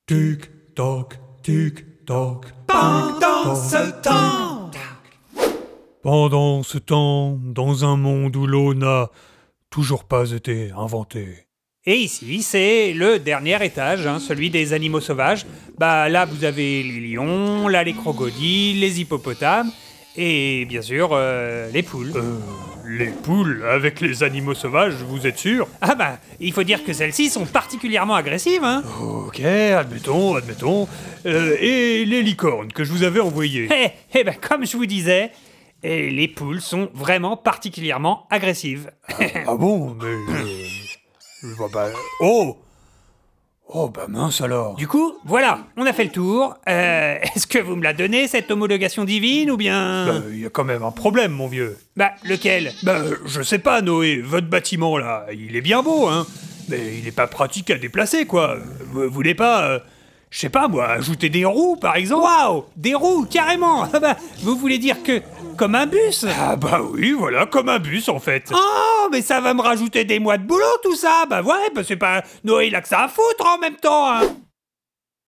Tic-tac, tic-tac. Pendant ce temps, Pendant ce temps, dans un monde où l'eau n'a toujours pas été inventée. et ici, c'est le dernier étage, celui des animaux sauvages. Bah là, vous avez les lions, là les crocodiles, les hippopotames, et bien sûr, les poules. Les poules avec les animaux sauvages, vous êtes sûr? Ah bah, il faut dire que celles-ci sont particulièrement agressives, Ok, admettons. Et les licornes que je vous avais envoyées? Eh ben, comme je vous disais, les poules sont vraiment particulièrement agressives. Ah bon, mais... je vois pas... Oh, bah mince alors. Du coup, voilà, on a fait le tour. Est-ce que vous me la donnez, cette homologation divine, ou bien... Il y a quand même un problème, mon vieux. Bah, lequel? Je sais pas, Noé, votre bâtiment, là, il est bien beau, hein. Mais il est pas pratique à déplacer, quoi. Vous voulez pas... je sais pas, moi, ajouter des roues, par exemple? Waouh, des roues, carrément. Ah bah, vous voulez dire que... comme un bus? Ah bah oui, voilà, comme un bus, en fait. Oh, mais ça va me rajouter des mois de boulot, tout ça. Bah ouais, bah c'est pas Noé, il a que ça à foutre en même temps,